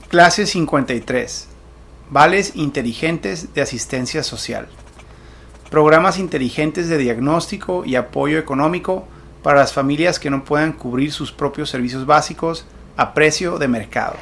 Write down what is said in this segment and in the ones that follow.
Clase 53. Vales inteligentes de asistencia social. Programas inteligentes de diagnóstico y apoyo económico para las familias que no puedan cubrir sus propios servicios básicos a precio de mercado.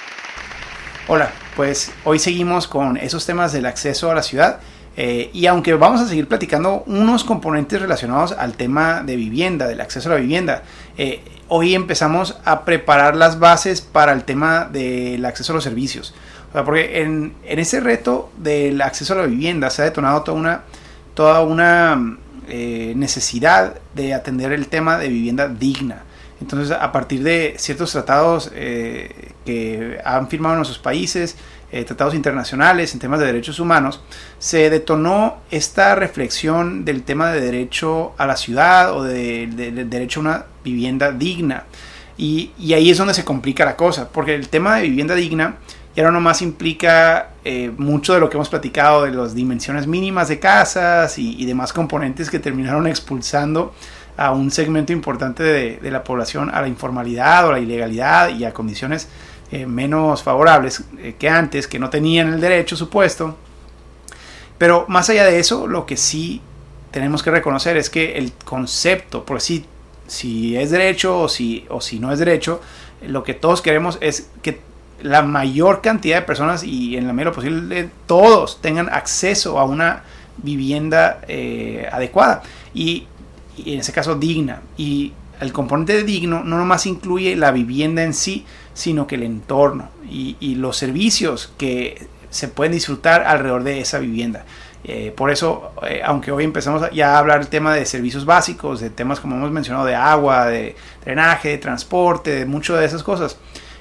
Hola, pues hoy seguimos con esos temas del acceso a la ciudad y aunque vamos a seguir platicando unos componentes relacionados al tema de vivienda, del acceso a la vivienda, hoy empezamos a preparar las bases para el tema del acceso a los servicios. O sea, porque en ese reto del acceso a la vivienda se ha detonado toda una necesidad de atender el tema de vivienda digna. Entonces, a partir de ciertos tratados que han firmado nuestros países, tratados internacionales en temas de derechos humanos, se detonó esta reflexión del tema de derecho a la ciudad o de derecho a una vivienda digna. Y ahí es donde se complica la cosa, porque el tema de vivienda digna ya no nomás implica mucho de lo que hemos platicado de las dimensiones mínimas de casas y demás componentes que terminaron expulsando a un segmento importante de la población a la informalidad o la ilegalidad y a condiciones menos favorables que antes, que no tenían el derecho supuesto. Pero más allá de eso, lo que sí tenemos que reconocer es que el concepto, por si es derecho o si no es derecho, lo que todos queremos es que la mayor cantidad de personas y en la medida posible todos tengan acceso a una vivienda adecuada y en ese caso digna. Y el componente de digno no nomás incluye la vivienda en sí, sino que el entorno y los servicios que se pueden disfrutar alrededor de esa vivienda. Por eso, aunque hoy empezamos ya a hablar del tema de servicios básicos, de temas como hemos mencionado de agua, de drenaje, de transporte, de muchas de esas cosas,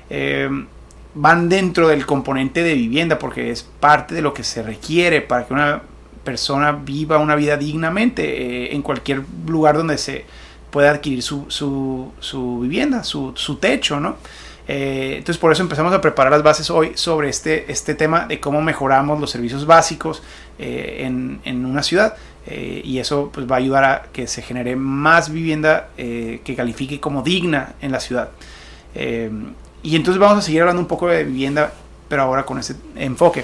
van dentro del componente de vivienda porque es parte de lo que se requiere para que una persona viva una vida dignamente en cualquier lugar donde se pueda adquirir su vivienda, su techo, ¿no? Entonces por eso empezamos a preparar las bases hoy sobre este tema de cómo mejoramos los servicios básicos en una ciudad y eso pues va a ayudar a que se genere más vivienda que califique como digna en la ciudad. Y entonces vamos a seguir hablando un poco de vivienda, pero ahora con ese enfoque.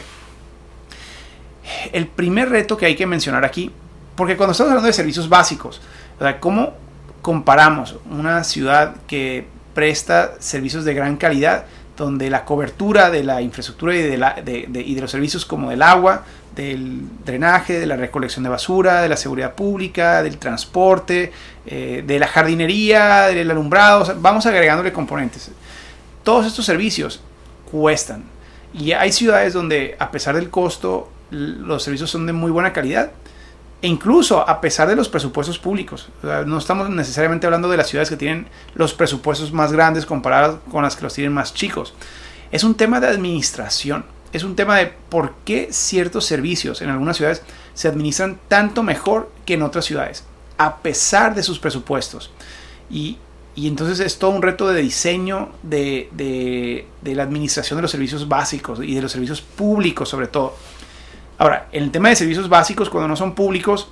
El primer reto que hay que mencionar aquí, porque cuando estamos hablando de servicios básicos, o sea, ¿cómo comparamos una ciudad que presta servicios de gran calidad, donde la cobertura de la infraestructura y de los servicios como del agua, del drenaje, de la recolección de basura, de la seguridad pública, del transporte, de la jardinería, del alumbrado, o sea, vamos agregándole componentes? Todos estos servicios cuestan y hay ciudades donde a pesar del costo los servicios son de muy buena calidad e incluso a pesar de los presupuestos públicos. O sea, no estamos necesariamente hablando de las ciudades que tienen los presupuestos más grandes comparadas con las que los tienen más chicos. Es un tema de administración, es un tema de por qué ciertos servicios en algunas ciudades se administran tanto mejor que en otras ciudades a pesar de sus presupuestos. Y entonces es todo un reto de diseño de la administración de los servicios básicos y de los servicios públicos sobre todo. Ahora, en el tema de servicios básicos, cuando no son públicos,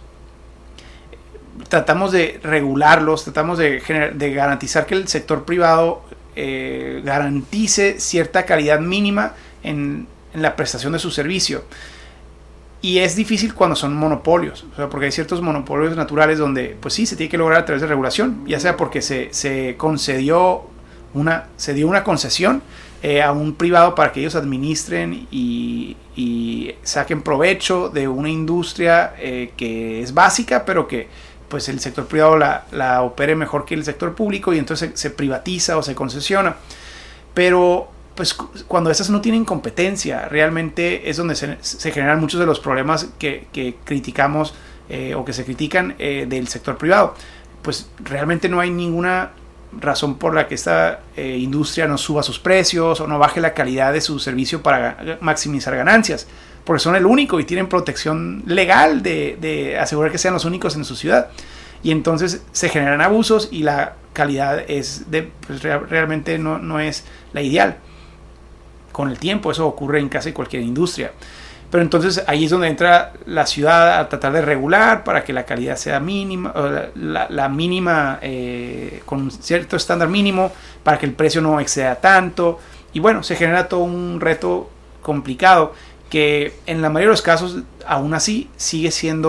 tratamos de regularlos, tratamos de garantizar que el sector privado garantice cierta calidad mínima en la prestación de su servicio. Y es difícil cuando son monopolios, o sea, porque hay ciertos monopolios naturales donde, pues sí, se tiene que lograr a través de regulación, ya sea porque se dio una concesión a un privado para que ellos administren y saquen provecho de una industria que es básica, pero que pues el sector privado la opere mejor que el sector público y entonces se privatiza o se concesiona. Pero pues cuando estas no tienen competencia, realmente es donde se generan muchos de los problemas que criticamos o que se critican del sector privado. Pues realmente no hay ninguna razón por la que esta industria no suba sus precios o no baje la calidad de su servicio para maximizar ganancias, porque son el único y tienen protección legal de asegurar que sean los únicos en su ciudad. Y entonces se generan abusos y la calidad realmente no es la ideal. Con el tiempo eso ocurre en casi cualquier industria. Pero entonces ahí es donde entra la ciudad a tratar de regular para que la calidad sea mínima, la mínima con un cierto estándar mínimo, para que el precio no exceda tanto. Y bueno, se genera todo un reto complicado que en la mayoría de los casos aún así sigue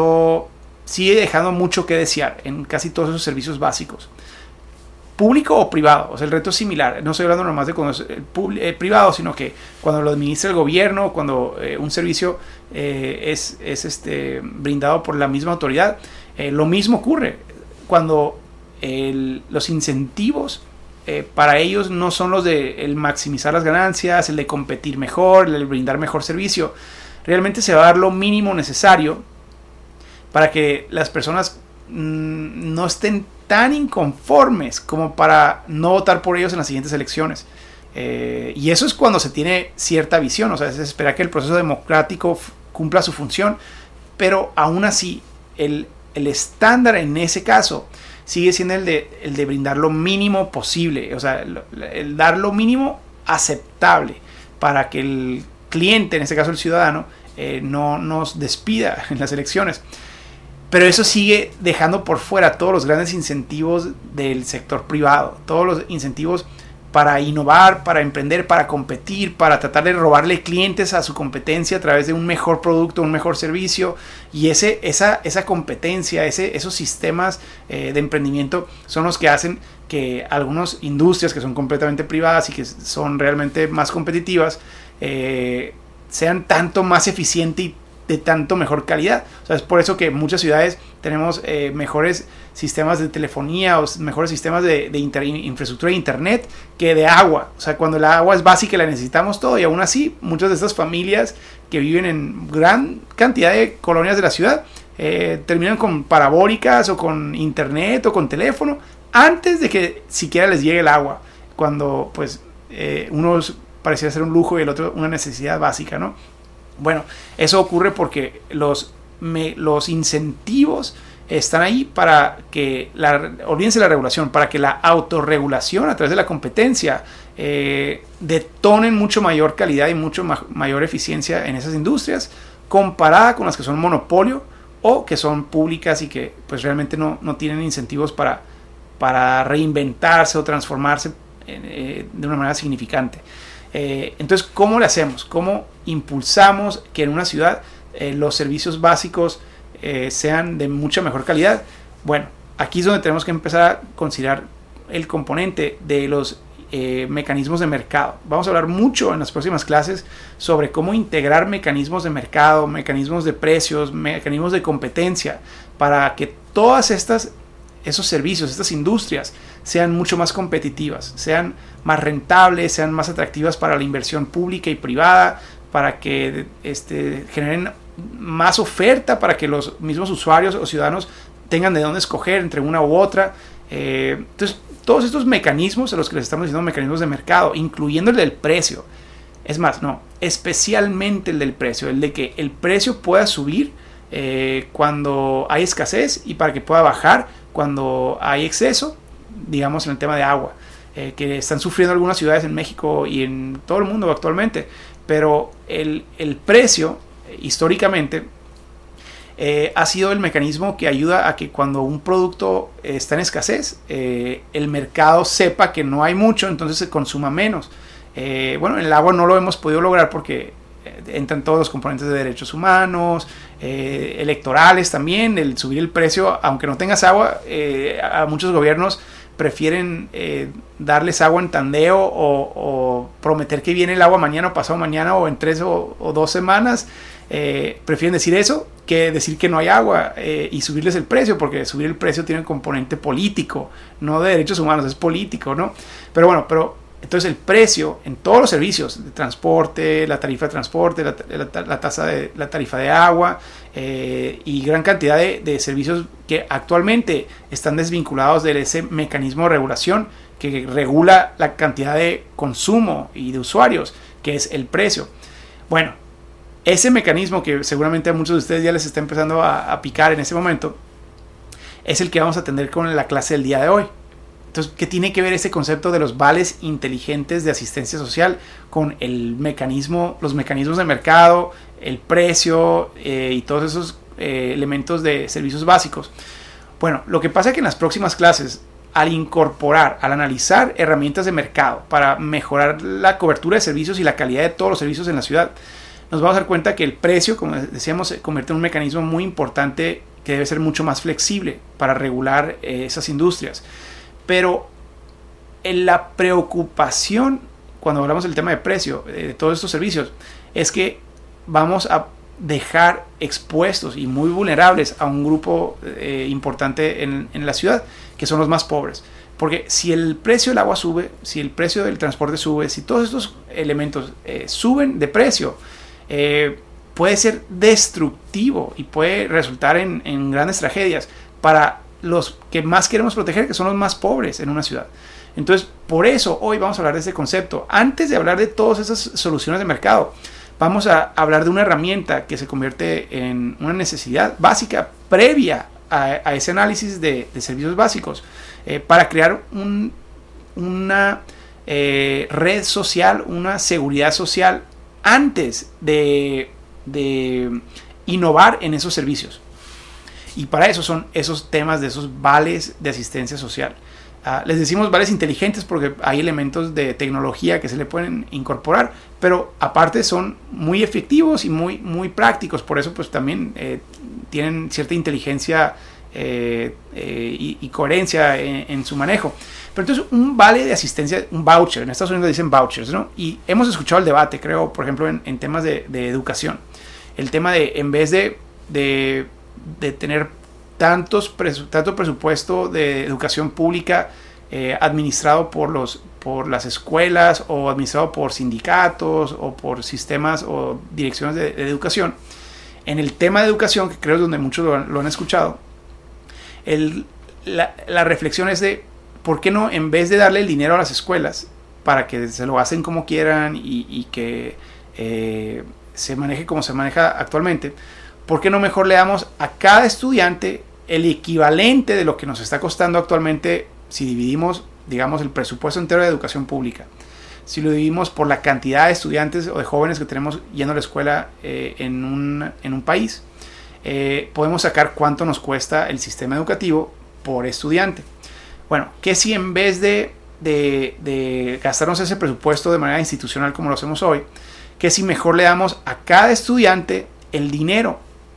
dejando mucho que desear en casi todos esos servicios básicos. Público o privado, o sea, el reto es similar. No estoy hablando nomás de cuando es privado, sino que cuando lo administra el gobierno, cuando un servicio es brindado por la misma autoridad, lo mismo ocurre cuando los incentivos para ellos no son los de el maximizar las ganancias, el de competir mejor, el de brindar mejor servicio. Realmente se va a dar lo mínimo necesario para que las personas no estén tan inconformes como para no votar por ellos en las siguientes elecciones. Y eso es cuando se tiene cierta visión, o sea, se espera que el proceso democrático cumpla su función, pero aún así el estándar en ese caso sigue siendo el de brindar lo mínimo posible, o sea, el dar lo mínimo aceptable para que el cliente, en este caso el ciudadano, no nos despida en las elecciones. Pero eso sigue dejando por fuera todos los grandes incentivos del sector privado, todos los incentivos para innovar, para emprender, para competir, para tratar de robarle clientes a su competencia a través de un mejor producto, un mejor servicio. Y esa competencia, esos sistemas de emprendimiento son los que hacen que algunas industrias que son completamente privadas y que son realmente más competitivas sean tanto más eficientes y de tanto mejor calidad. O sea, es por eso que en muchas ciudades tenemos mejores sistemas de telefonía o mejores sistemas de infraestructura de internet que de agua. O sea, cuando el agua es básica la necesitamos todo, y aún así muchas de estas familias que viven en gran cantidad de colonias de la ciudad terminan con parabólicas o con internet o con teléfono antes de que siquiera les llegue el agua, cuando pues uno pareciera ser un lujo y el otro una necesidad básica, ¿no? Bueno, eso ocurre porque los incentivos están ahí para que, olvídense la regulación, para que la autorregulación a través de la competencia detonen mucho mayor calidad y mucho mayor eficiencia en esas industrias comparada con las que son monopolio o que son públicas y que pues realmente no tienen incentivos para reinventarse o transformarse de una manera significante. Entonces, ¿cómo le hacemos? ¿Cómo impulsamos que en una ciudad los servicios básicos sean de mucha mejor calidad? Bueno, aquí es donde tenemos que empezar a considerar el componente de los mecanismos de mercado. Vamos a hablar mucho en las próximas clases sobre cómo integrar mecanismos de mercado, mecanismos de precios, mecanismos de competencia para que todas esos servicios, estas industrias sean mucho más competitivas, sean más rentables, sean más atractivas para la inversión pública y privada, para que generen más oferta, para que los mismos usuarios o ciudadanos tengan de dónde escoger entre una u otra. Entonces, todos estos mecanismos a los que les estamos diciendo mecanismos de mercado, incluyendo el del precio, es más, no, especialmente el del precio, el de que el precio pueda subir cuando hay escasez y para que pueda bajar cuando hay exceso, digamos en el tema de agua, que están sufriendo algunas ciudades en México y en todo el mundo actualmente, pero el precio históricamente ha sido el mecanismo que ayuda a que cuando un producto está en escasez, el mercado sepa que no hay mucho, entonces se consuma menos. Bueno, en el agua no lo hemos podido lograr porque entran todos los componentes de derechos humanos, electorales también, el subir el precio, aunque no tengas agua, a muchos gobiernos prefieren darles agua en tandeo o prometer que viene el agua mañana o pasado mañana o en 3 o 2 semanas. Prefieren decir eso que decir que no hay agua y subirles el precio, porque subir el precio tiene un componente político, no de derechos humanos, es político, ¿no? Pero bueno, entonces el precio en todos los servicios de transporte, la tarifa de transporte, la tarifa de agua y gran cantidad de servicios que actualmente están desvinculados de ese mecanismo de regulación que regula la cantidad de consumo y de usuarios, que es el precio. Bueno, ese mecanismo que seguramente a muchos de ustedes ya les está empezando a picar en ese momento es el que vamos a atender con la clase del día de hoy. Entonces, ¿qué tiene que ver ese concepto de los vales inteligentes de asistencia social con los mecanismos de mercado, el precio y todos esos elementos de servicios básicos? Bueno, lo que pasa es que en las próximas clases al incorporar, al analizar herramientas de mercado para mejorar la cobertura de servicios y la calidad de todos los servicios en la ciudad, nos vamos a dar cuenta que el precio, como decíamos, se convierte en un mecanismo muy importante que debe ser mucho más flexible para regular esas industrias. Pero en la preocupación cuando hablamos del tema de precio de todos estos servicios es que vamos a dejar expuestos y muy vulnerables a un grupo importante en la ciudad, que son los más pobres. Porque si el precio del agua sube, si el precio del transporte sube, si todos estos elementos suben de precio, puede ser destructivo y puede resultar en grandes tragedias para los que más queremos proteger, que son los más pobres en una ciudad. Entonces, por eso hoy vamos a hablar de este concepto. Antes de hablar de todas esas soluciones de mercado, vamos a hablar de una herramienta que se convierte en una necesidad básica previa a ese análisis de servicios básicos, para crear una red social, una seguridad social antes de innovar en esos servicios. Y para eso son esos temas de esos vales de asistencia social. Les decimos vales inteligentes porque hay elementos de tecnología que se le pueden incorporar, pero aparte son muy efectivos y muy prácticos. Por eso pues también tienen cierta inteligencia y coherencia en su manejo. Pero entonces un vale de asistencia, un voucher, en Estados Unidos dicen vouchers, ¿no? Y hemos escuchado el debate, creo, por ejemplo, en temas de educación. El tema de, en vez de tener tanto presupuesto de educación pública administrado por las escuelas o administrado por sindicatos o por sistemas o direcciones de educación, en el tema de educación, que creo es donde muchos lo han escuchado, la reflexión es de por qué no, en vez de darle el dinero a las escuelas para que se lo hacen como quieran y que se maneje como se maneja actualmente, ¿por qué no mejor le damos a cada estudiante el equivalente de lo que nos está costando actualmente si dividimos, digamos, el presupuesto entero de educación pública? Si lo dividimos por la cantidad de estudiantes o de jóvenes que tenemos yendo a la escuela en un país, podemos sacar cuánto nos cuesta el sistema educativo por estudiante. Bueno, ¿qué si en vez de gastarnos ese presupuesto de manera institucional como lo hacemos hoy, que si mejor le damos a cada estudiante el dinero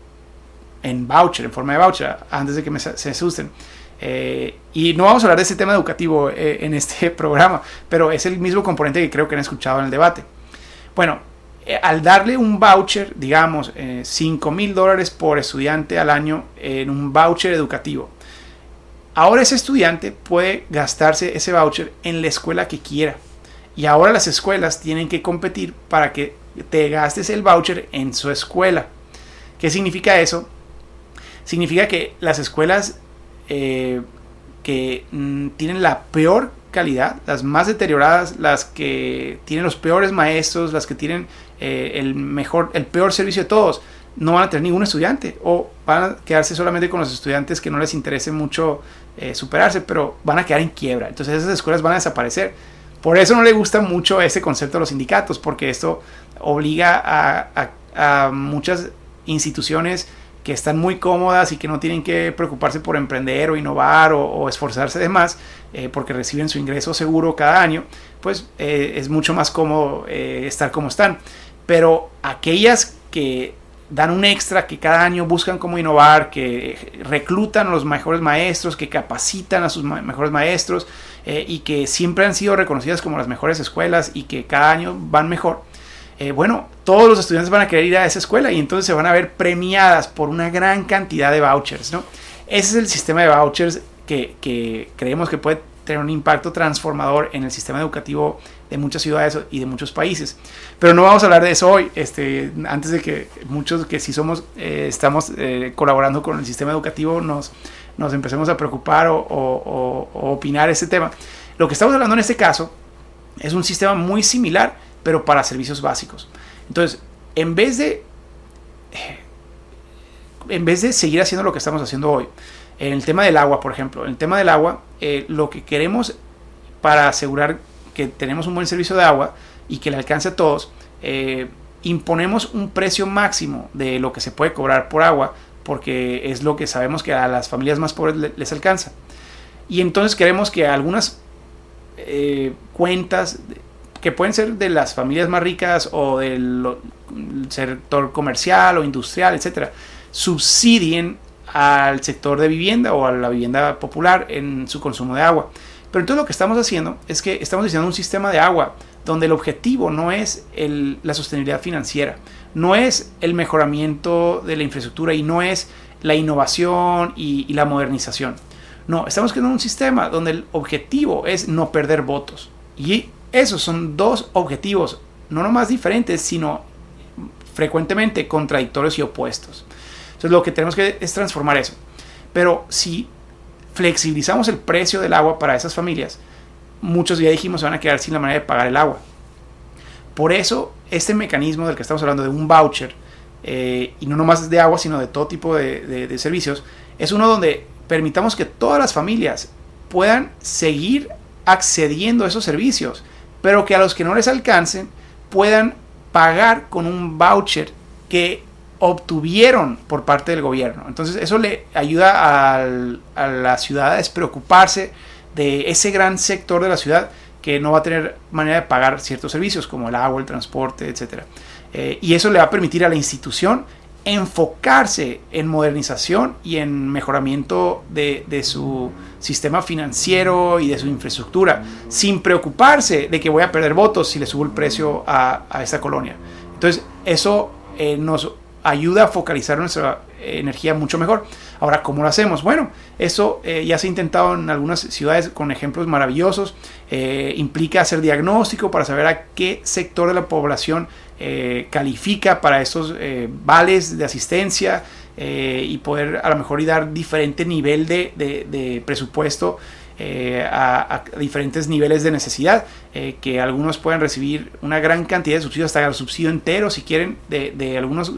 en voucher, en forma de voucher, antes de que se asusten? Y no vamos a hablar de ese tema educativo en este programa, pero es el mismo componente que creo que han escuchado en el debate. Bueno, al darle un voucher, digamos, $5,000 por estudiante al año en un voucher educativo, ahora ese estudiante puede gastarse ese voucher en la escuela que quiera. Y ahora las escuelas tienen que competir para que te gastes el voucher en su escuela. ¿Qué significa eso? Significa que las escuelas que tienen la peor calidad, las más deterioradas, las que tienen los peores maestros, las que tienen el peor servicio de todos, no van a tener ningún estudiante, o van a quedarse solamente con los estudiantes que no les interese mucho superarse, pero van a quedar en quiebra. Entonces esas escuelas van a desaparecer. Por eso no le gusta mucho ese concepto a los sindicatos, porque esto obliga a muchas instituciones que están muy cómodas y que no tienen que preocuparse por emprender o innovar o esforzarse de más, porque reciben su ingreso seguro cada año, pues es mucho más cómodo estar como están. Pero aquellas que dan un extra, que cada año buscan cómo innovar, que reclutan a los mejores maestros, que capacitan a sus mejores maestros, y que siempre han sido reconocidas como las mejores escuelas y que cada año van mejor, bueno, todos los estudiantes van a querer ir a esa escuela y entonces se van a ver premiadas por una gran cantidad de vouchers, ¿no? Ese es el sistema de vouchers que creemos que puede tener un impacto transformador en el sistema educativo de muchas ciudades y de muchos países. Pero no vamos a hablar de eso hoy, antes de que muchos que sí estamos colaborando con el sistema educativo nos empecemos a preocupar o opinar ese tema. Lo que estamos hablando en este caso es un sistema muy similar, pero para servicios básicos. Entonces, en vez de seguir haciendo lo que estamos haciendo hoy, en el tema del agua, por ejemplo, en el tema del agua, lo que queremos para asegurar que tenemos un buen servicio de agua y que le alcance a todos, imponemos un precio máximo de lo que se puede cobrar por agua, porque es lo que sabemos que a las familias más pobres les alcanza. Y entonces queremos que algunas cuentas que pueden ser de las familias más ricas o del sector comercial o industrial, etcétera, subsidien al sector de vivienda o a la vivienda popular en su consumo de agua. Pero entonces lo que estamos haciendo es que estamos diseñando un sistema de agua donde el objetivo no es la sostenibilidad financiera, no es el mejoramiento de la infraestructura y no es la innovación y la modernización. No, estamos creando un sistema donde el objetivo es no perder votos. Y esos son dos objetivos, no nomás diferentes, sino frecuentemente contradictorios y opuestos. Entonces lo que tenemos que es transformar eso. Pero si flexibilizamos el precio del agua para esas familias, muchos ya dijimos se van a quedar sin la manera de pagar el agua. Por eso este mecanismo del que estamos hablando de un voucher, y no nomás de agua sino de todo tipo de servicios, es uno donde permitamos que todas las familias puedan seguir accediendo a esos servicios, pero que a los que no les alcancen puedan pagar con un voucher que obtuvieron por parte del gobierno. Entonces eso le ayuda a las ciudades preocuparse de ese gran sector de la ciudad que no va a tener manera de pagar ciertos servicios como el agua, el transporte, etc. Y eso le va a permitir a la institución enfocarse en modernización y en mejoramiento de su sistema financiero y de su infraestructura, sin preocuparse de que voy a perder votos si le subo el precio a esta colonia. Entonces eso nos ayuda a focalizar nuestra energía mucho mejor. Ahora, ¿cómo lo hacemos? Bueno, eso ya se ha intentado en algunas ciudades con ejemplos maravillosos. Implica hacer diagnóstico para saber a qué sector de la población califica para estos vales de asistencia y poder a lo mejor dar diferente nivel de presupuesto a diferentes niveles de necesidad, que algunos pueden recibir una gran cantidad de subsidios, hasta el subsidio entero si quieren de algunos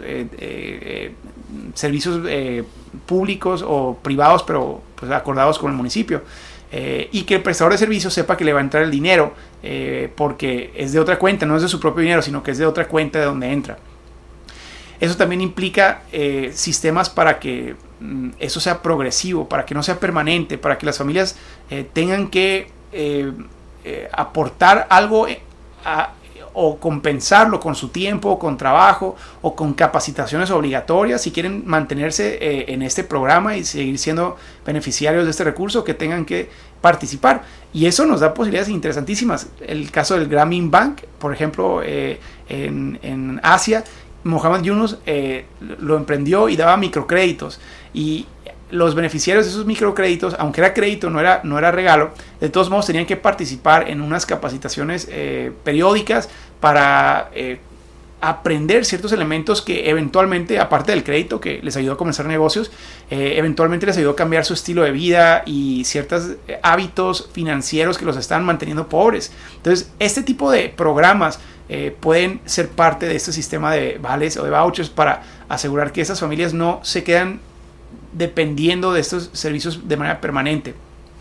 servicios públicos o privados, pero pues acordados con el municipio, y que el prestador de servicios sepa que le va a entrar el dinero porque es de otra cuenta, no es de su propio dinero, sino que es de otra cuenta de donde entra. Eso también implica sistemas para que eso sea progresivo, para que no sea permanente, para que las familias tengan que aportar algo o compensarlo con su tiempo, con trabajo o con capacitaciones obligatorias si quieren mantenerse en este programa y seguir siendo beneficiarios de este recurso, que tengan que participar. Y eso nos da posibilidades interesantísimas. El caso del Grameen Bank, por ejemplo, en Asia, Mohamed Yunus lo emprendió y daba microcréditos, y los beneficiarios de esos microcréditos, aunque era crédito, no era regalo, de todos modos tenían que participar en unas capacitaciones periódicas para aprender ciertos elementos que eventualmente, aparte del crédito que les ayudó a comenzar negocios, eventualmente les ayudó a cambiar su estilo de vida y ciertos hábitos financieros que los estaban manteniendo pobres. Entonces, este tipo de programas pueden ser parte de este sistema de vales o de vouchers para asegurar que esas familias no se quedan dependiendo de estos servicios de manera permanente.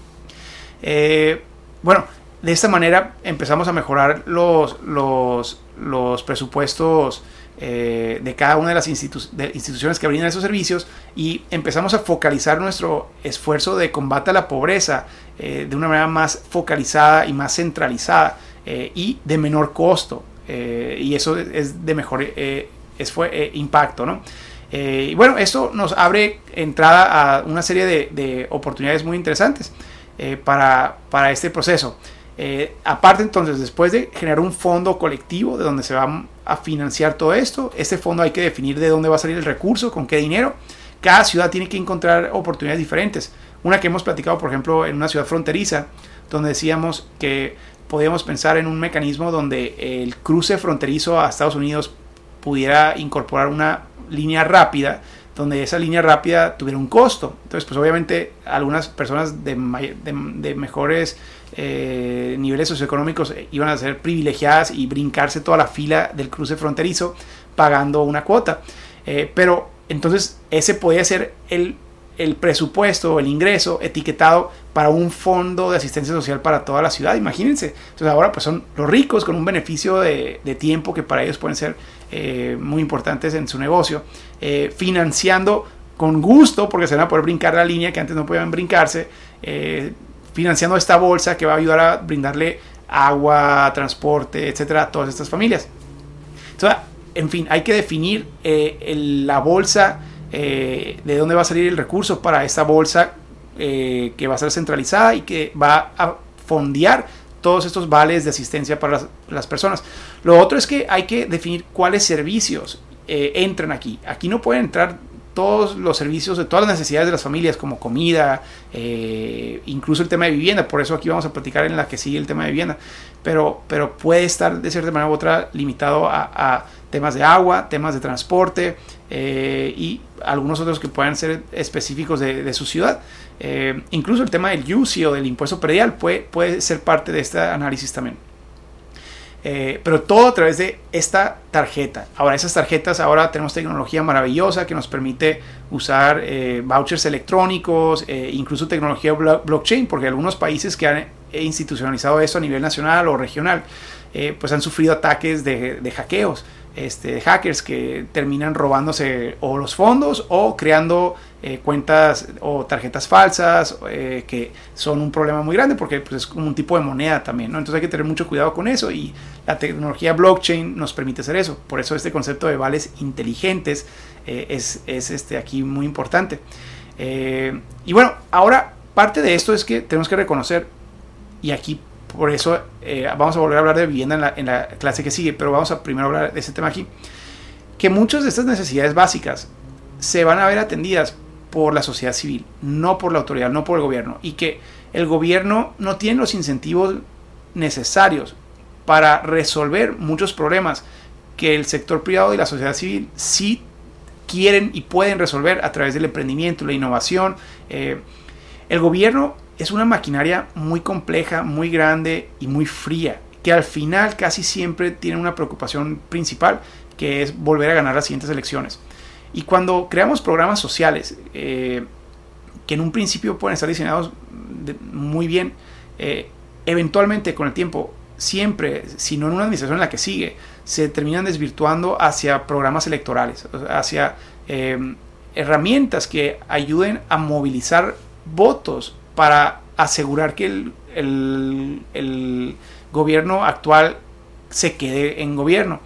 Bueno, de esta manera empezamos a mejorar los presupuestos de cada una de las instituciones que brindan esos servicios, y empezamos a focalizar nuestro esfuerzo de combate a la pobreza de una manera más focalizada y más centralizada y de menor costo, y eso es de mejor impacto, ¿no? Y bueno, esto nos abre entrada a una serie de oportunidades muy interesantes para este proceso. Aparte, entonces, después de generar un fondo colectivo de donde se va a financiar todo esto, este fondo hay que definir de dónde va a salir el recurso, con qué dinero. Cada ciudad tiene que encontrar oportunidades diferentes. Una que hemos platicado, por ejemplo, en una ciudad fronteriza, donde decíamos que podíamos pensar en un mecanismo donde el cruce fronterizo a Estados Unidos pudiera incorporar una línea rápida, donde esa línea rápida tuviera un costo. Entonces, pues obviamente algunas personas de mejores niveles socioeconómicos iban a ser privilegiadas y brincarse toda la fila del cruce fronterizo pagando una cuota. Pero entonces ese podía ser el presupuesto, el ingreso etiquetado para un fondo de asistencia social para toda la ciudad, imagínense. Entonces ahora pues son los ricos con un beneficio de tiempo que para ellos pueden ser muy importantes en su negocio, financiando con gusto, porque se van a poder brincar la línea que antes no podían brincarse, financiando esta bolsa que va a ayudar a brindarle agua, transporte, etcétera, a todas estas familias. Entonces, en fin, hay que definir la bolsa, de dónde va a salir el recurso para esta bolsa que va a ser centralizada y que va a fondear todos estos vales de asistencia para las personas. Lo otro es que hay que definir cuáles servicios entran aquí. Aquí no pueden entrar todos los servicios de todas las necesidades de las familias, como comida, incluso el tema de vivienda. Por eso aquí vamos a platicar en la que sigue el tema de vivienda. Pero puede estar de cierta manera u otra limitado a temas de agua, temas de transporte y algunos otros que puedan ser específicos de su ciudad. Incluso el tema del UCI o del impuesto predial puede ser parte de este análisis también. Pero todo a través de esta tarjeta. Ahora, esas tarjetas, ahora tenemos tecnología maravillosa que nos permite usar vouchers electrónicos, incluso tecnología blockchain, porque algunos países que han institucionalizado eso a nivel nacional o regional, pues han sufrido ataques de hackeos, de hackers que terminan robándose o los fondos o creando cuentas o tarjetas falsas, que son un problema muy grande porque pues, es como un tipo de moneda también, ¿no? Entonces hay que tener mucho cuidado con eso, y la tecnología blockchain nos permite hacer eso. Por eso este concepto de vales inteligentes es aquí muy importante. Y bueno, ahora parte de esto es que tenemos que reconocer, y aquí por eso vamos a volver a hablar de vivienda en la clase que sigue, pero vamos a primero hablar de este tema aquí, que muchas de estas necesidades básicas se van a ver atendidas por la sociedad civil, no por la autoridad, no por el gobierno, y que el gobierno no tiene los incentivos necesarios para resolver muchos problemas que el sector privado y la sociedad civil sí quieren y pueden resolver a través del emprendimiento, la innovación. El gobierno es una maquinaria muy compleja, muy grande y muy fría, que al final casi siempre tiene una preocupación principal, que es volver a ganar las siguientes elecciones. Y cuando creamos programas sociales, que en un principio pueden estar diseñados muy bien, eventualmente con el tiempo, siempre, si no en una administración en la que sigue, se terminan desvirtuando hacia programas electorales, hacia herramientas que ayuden a movilizar votos para asegurar que el gobierno actual se quede en gobierno.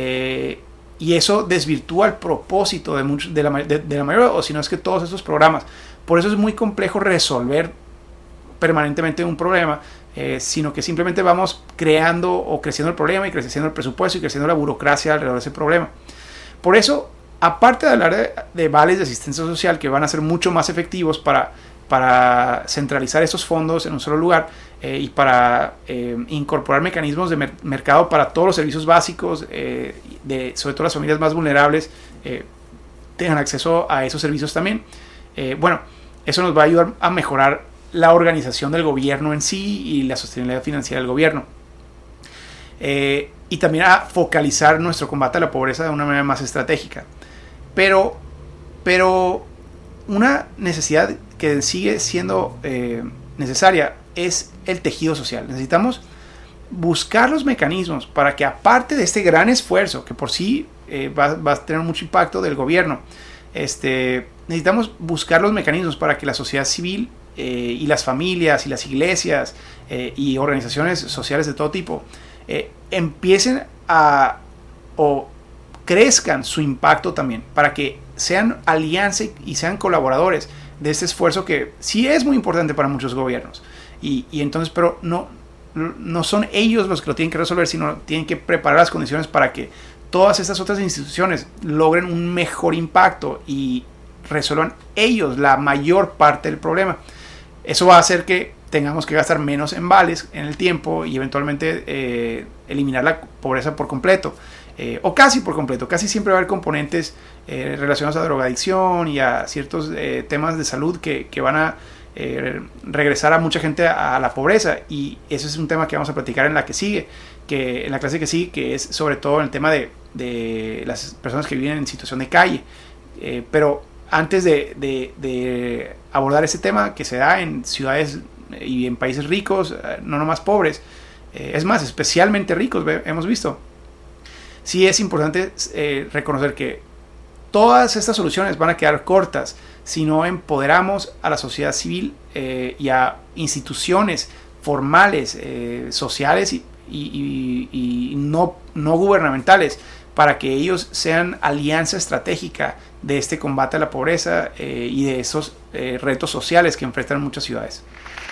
Y eso desvirtúa el propósito de la mayoría, o si no es que todos estos programas. Por eso es muy complejo resolver permanentemente un problema, sino que simplemente vamos creando o creciendo el problema y creciendo el presupuesto y creciendo la burocracia alrededor de ese problema. Por eso, aparte de hablar de vales de asistencia social que van a ser mucho más efectivos para centralizar estos fondos en un solo lugar, y para incorporar mecanismos de mercado para todos los servicios básicos, sobre todo las familias más vulnerables tengan acceso a esos servicios también. Bueno, eso nos va a ayudar a mejorar la organización del gobierno en sí y la sostenibilidad financiera del gobierno. Y también a focalizar nuestro combate a la pobreza de una manera más estratégica. Pero una necesidad que sigue siendo necesaria es el tejido social. Necesitamos buscar los mecanismos para que, aparte de este gran esfuerzo que por sí va a tener mucho impacto del gobierno, necesitamos buscar los mecanismos para que la sociedad civil y las familias y las iglesias y organizaciones sociales de todo tipo empiecen o crezcan su impacto también, para que sean alianza y sean colaboradores de este esfuerzo que sí es muy importante para muchos gobiernos. Y entonces, pero no son ellos los que lo tienen que resolver, sino tienen que preparar las condiciones para que todas estas otras instituciones logren un mejor impacto y resuelvan ellos la mayor parte del problema. Eso va a hacer que tengamos que gastar menos en vales en el tiempo y eventualmente eliminar la pobreza por completo, o casi por completo. Casi siempre va a haber componentes relacionados a drogadicción y a ciertos temas de salud que van a regresar a mucha gente a la pobreza, y ese es un tema que vamos a platicar en la clase que sigue, que es sobre todo el tema de las personas que viven en situación de calle. Pero antes de abordar ese tema que se da en ciudades y en países ricos, no nomás pobres, es más, especialmente ricos, hemos visto, sí es importante reconocer que todas estas soluciones van a quedar cortas sino empoderamos a la sociedad civil y a instituciones formales, sociales y no gubernamentales, para que ellos sean alianza estratégica de este combate a la pobreza y de esos retos sociales que enfrentan muchas ciudades.